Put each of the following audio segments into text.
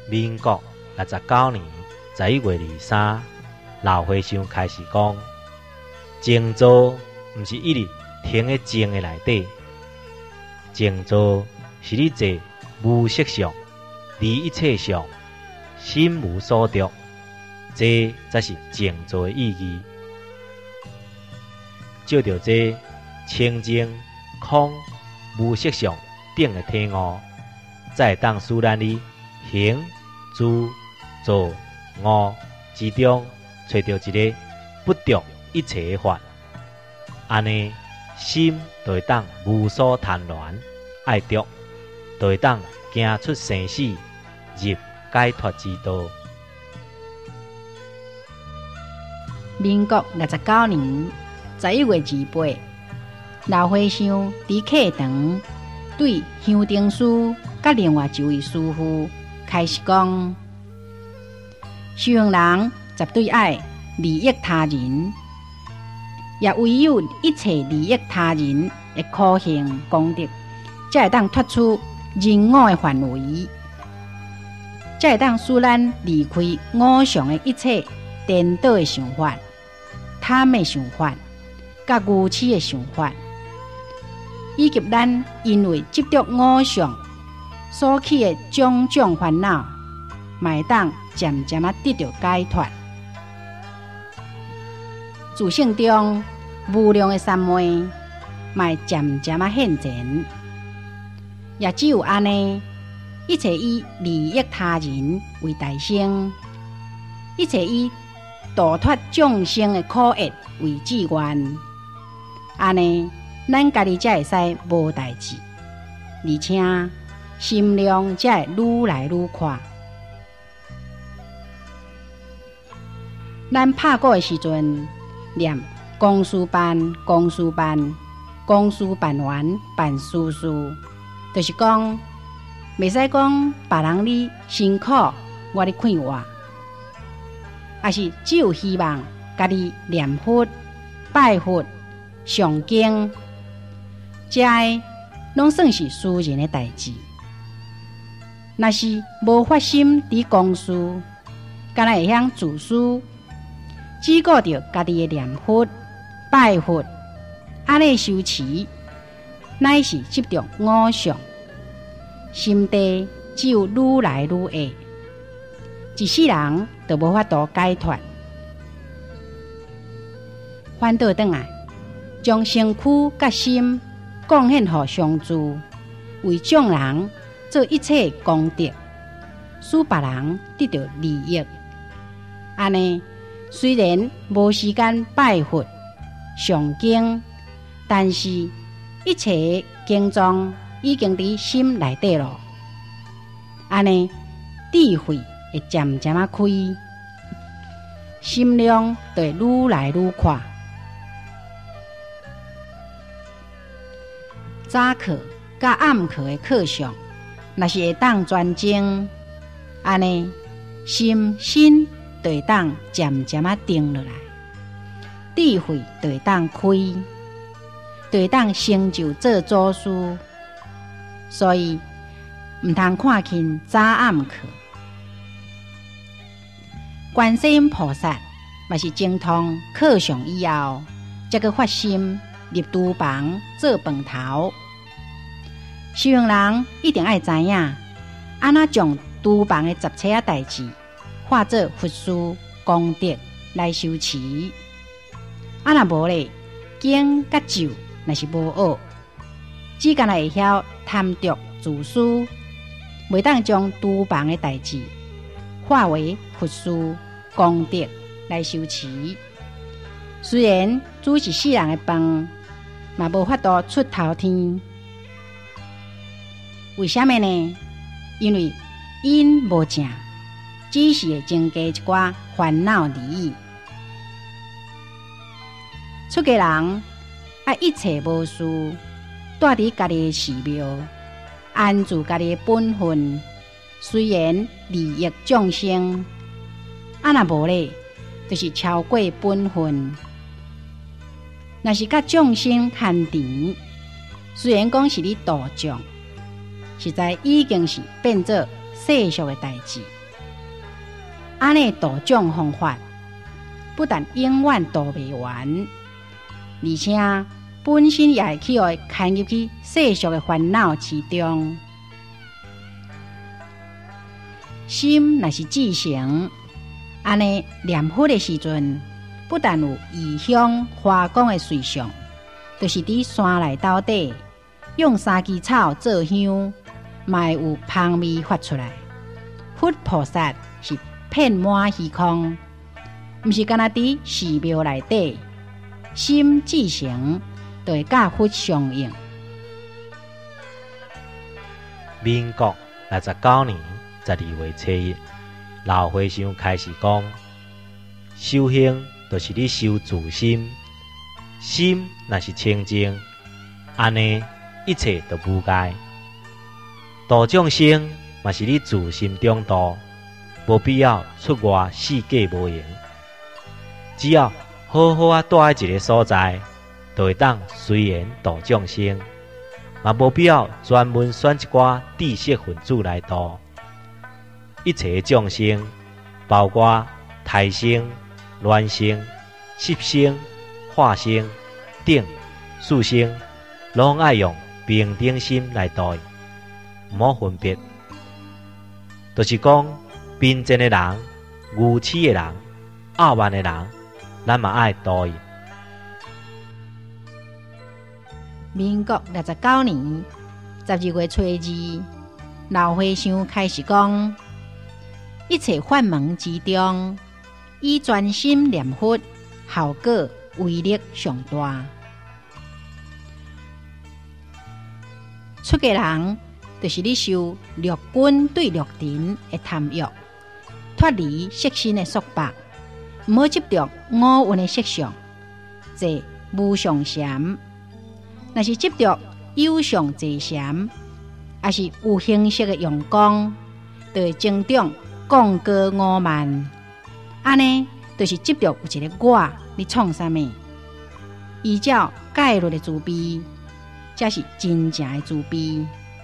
民国69年11月23日，老和尚开始讲：静坐毋是一日停喺静的内底，静坐是你坐无色相、离一切相、心无所着，这才是静坐的意义。照着这清净、空、无色相等的体悟，才会当使咱哩行、住、坐、悟之中，找到一个不着一切的法。安尼心就会当无所贪恋、爱着，就会当行出生死，入解脱之道。 民国69年11月28日，老和尚伫课堂对香灯师甲另外一位师父开始讲：修行人绝对爱利益他人，也唯有一切利益他人的苦行功德，才会当脱出人我的范围，才会当使咱离开我相的一切颠倒的想法、贪的想法、甲愚痴的想法，以及咱因为执着我相所起的种种烦恼，嘛会当渐渐得到解脱。自性中无量的三昧，嘛会渐渐现前。也只有安尼，一切以利益他人为大先，一切以度脱众生的苦厄为志愿，安尼咱家己才会使无代志，而且心量才会愈来愈宽。咱拍鼓的时阵，念公事办，公事办，公事办完办事事，就是讲，袂使讲别人哩辛苦，我哩快活，也是只有希望家己念佛、拜佛、上经，这拢算是私人的代志。若是无发心伫公事，敢若会晓自私，只顾着家己的念佛、拜佛，安尼修持，乃是执着我相，心地只有愈来愈恶，一世人就无法度解脱。反倒转来，将身躯甲心贡献予上主，为众人做一切功德，使别人得到利益。安尼虽然无时间拜佛、上经，但是一切经藏已经伫心内底咯。安尼智慧会渐渐开，心量就会愈来愈宽。早课甲暗课的课上，若是会当专精，安尼心就会当渐渐定落来，智慧就会当开，就会当成就做祖师。所以毋通看轻早暗课。观世音菩萨嘛是精通课上以后，才去发心入厨房做饭头。修行人一定要知影，安怎将厨房的杂切代志化作佛事功德来修持。啊若无咧，经甲咒若是无学，只干会晓贪着自私，袂当将厨房的代志化为佛事功德来修持。虽然煮一世人的饭，嘛无法度出头天。为什么呢？因为因无正，只是会增加一寡烦恼而已。出家人爱一切无事，住伫家己的寺庙，安住家己的本分。虽然利益众生，啊若无咧，就是超过本分。若是甲众生牵虽然讲是你度众，实在已经是变作世俗的代志。安尼度众方法，不但永远度袂完，而且本身也会去互牵入去世俗的烦恼之中。心若是至诚，安尼念佛的时阵，不但有异香花光的随相，就是伫山内斗底用三支草做香，嘛会有香味发出来。佛菩萨是遍满虚空，毋是干那伫寺庙内底，心至诚，就会甲佛相应。 民国69年12月初一，老和尚开始讲，修行就是你修自心，心若是清净，安尼一切都无碍。度众生嘛是你自心中度，无必要出外世界无用。只要好好啊住在一个所在，就会当随缘度众生，嘛无必要专门选一寡知识分子来度。一切众生，包括胎生、卵生、湿生、化生、等四生，拢爱用平等心来度，毋好分别。就是讲，贫贱的人、愚痴的人、傲慢的人，咱嘛爱度伊。 民国69年12月初2，老和尚开始讲，一切法门之中，以专心念佛，效果威力上大。出家人就是你受六根对六尘的贪欲，脱离色身的束缚，毋好执着五蕴的色相，即无上禅。若是执着有上坐禅，也是有形色的用功，就会增长讲高傲慢。安尼就是执着有一个我，你创啥物？依照戒律的自悲，才是真正的自悲。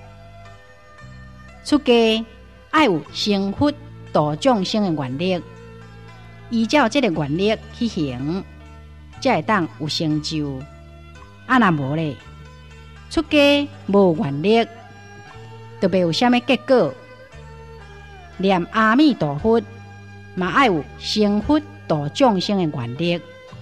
出家爱有成佛度众生的愿力，依照这个愿力去行，才会当有成就。啊，若无咧，出家无愿力，就袂有啥物结果。念阿弥陀佛，嘛爱有成佛度众生的愿力。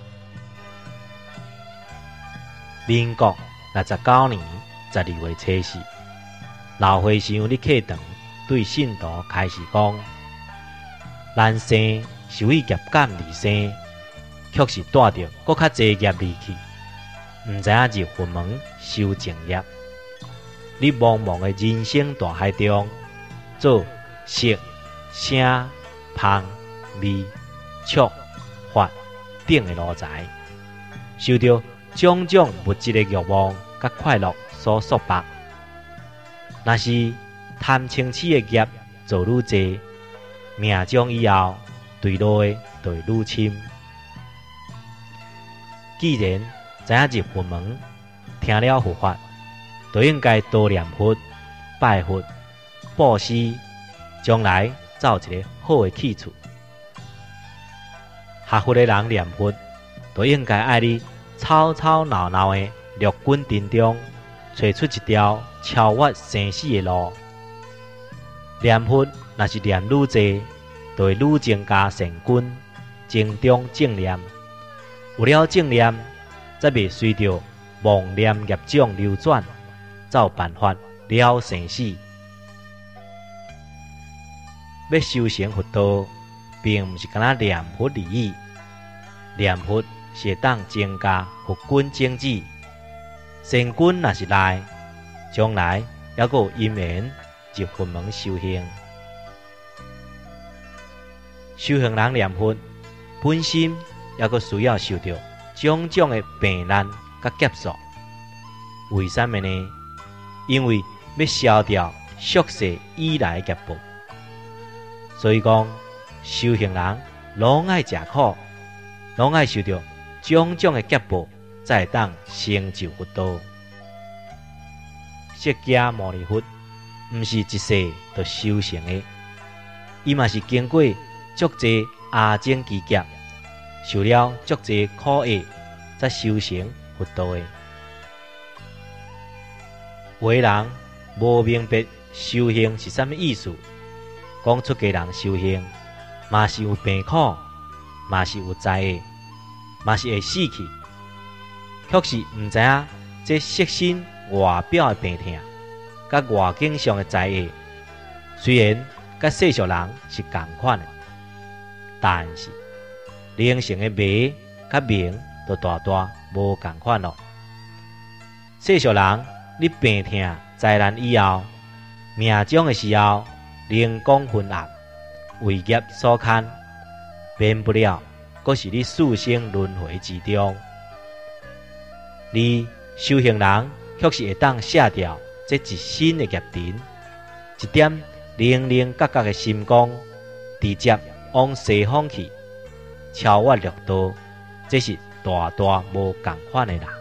民国69年12月初4，老和尚伫课堂对信徒开始讲：咱生是为业感而生，却是带着搁较济业力去，毋知影入佛门修正业。你茫茫的人生大海中，做色、声、香、味、触、法等的奴才，受到种种物质的欲望甲快乐所束缚。若是贪嗔痴的业做愈济，命中以后对落的就会愈深。既然知影入佛门，听了佛法，就应该多念佛、拜佛、布施，将来才有一个好的去处。学佛的人念佛，就应该爱你吵吵闹闹的六根尘中，找出一条超越生死的路。念佛若是念愈济，就会愈增加善根，增长正念。有了正念，则袂随着妄念业障流转，才有办法了生死。要修成佛道，并毋是干那念佛而已。念佛是会当增加佛根种子，善根若是来，将来还阁有因缘入佛门修行。修行人念佛，本身还阁需要受到种种的病难甲劫数。为什么呢？因为要消掉宿世以来的业报。所以讲，修行人拢爱吃苦，拢爱受到种种的劫报，才会当成就佛道。释迦牟尼佛毋是一世就修成的，伊嘛是经过足济阿僧祇劫，受了足济苦厄，才修成佛道的。有的人无明白修行是啥物意思，讲出家人修行，嘛是有病苦，嘛是有灾厄，嘛是会死去，却是毋知影这色身外表的病痛，甲外境上的灾厄，虽然甲世俗人是同款的，但是灵性的迷甲明都大大无同款咯。世俗人你病痛灾难以后，命终的时候，灵光昏暗，为业所牵，免不了，阁是你四生轮回之中。你修行人却是会当卸掉这一身的业尘，一点零零角角的心光，直接往西方去，超越六道，这是大大无共款的人。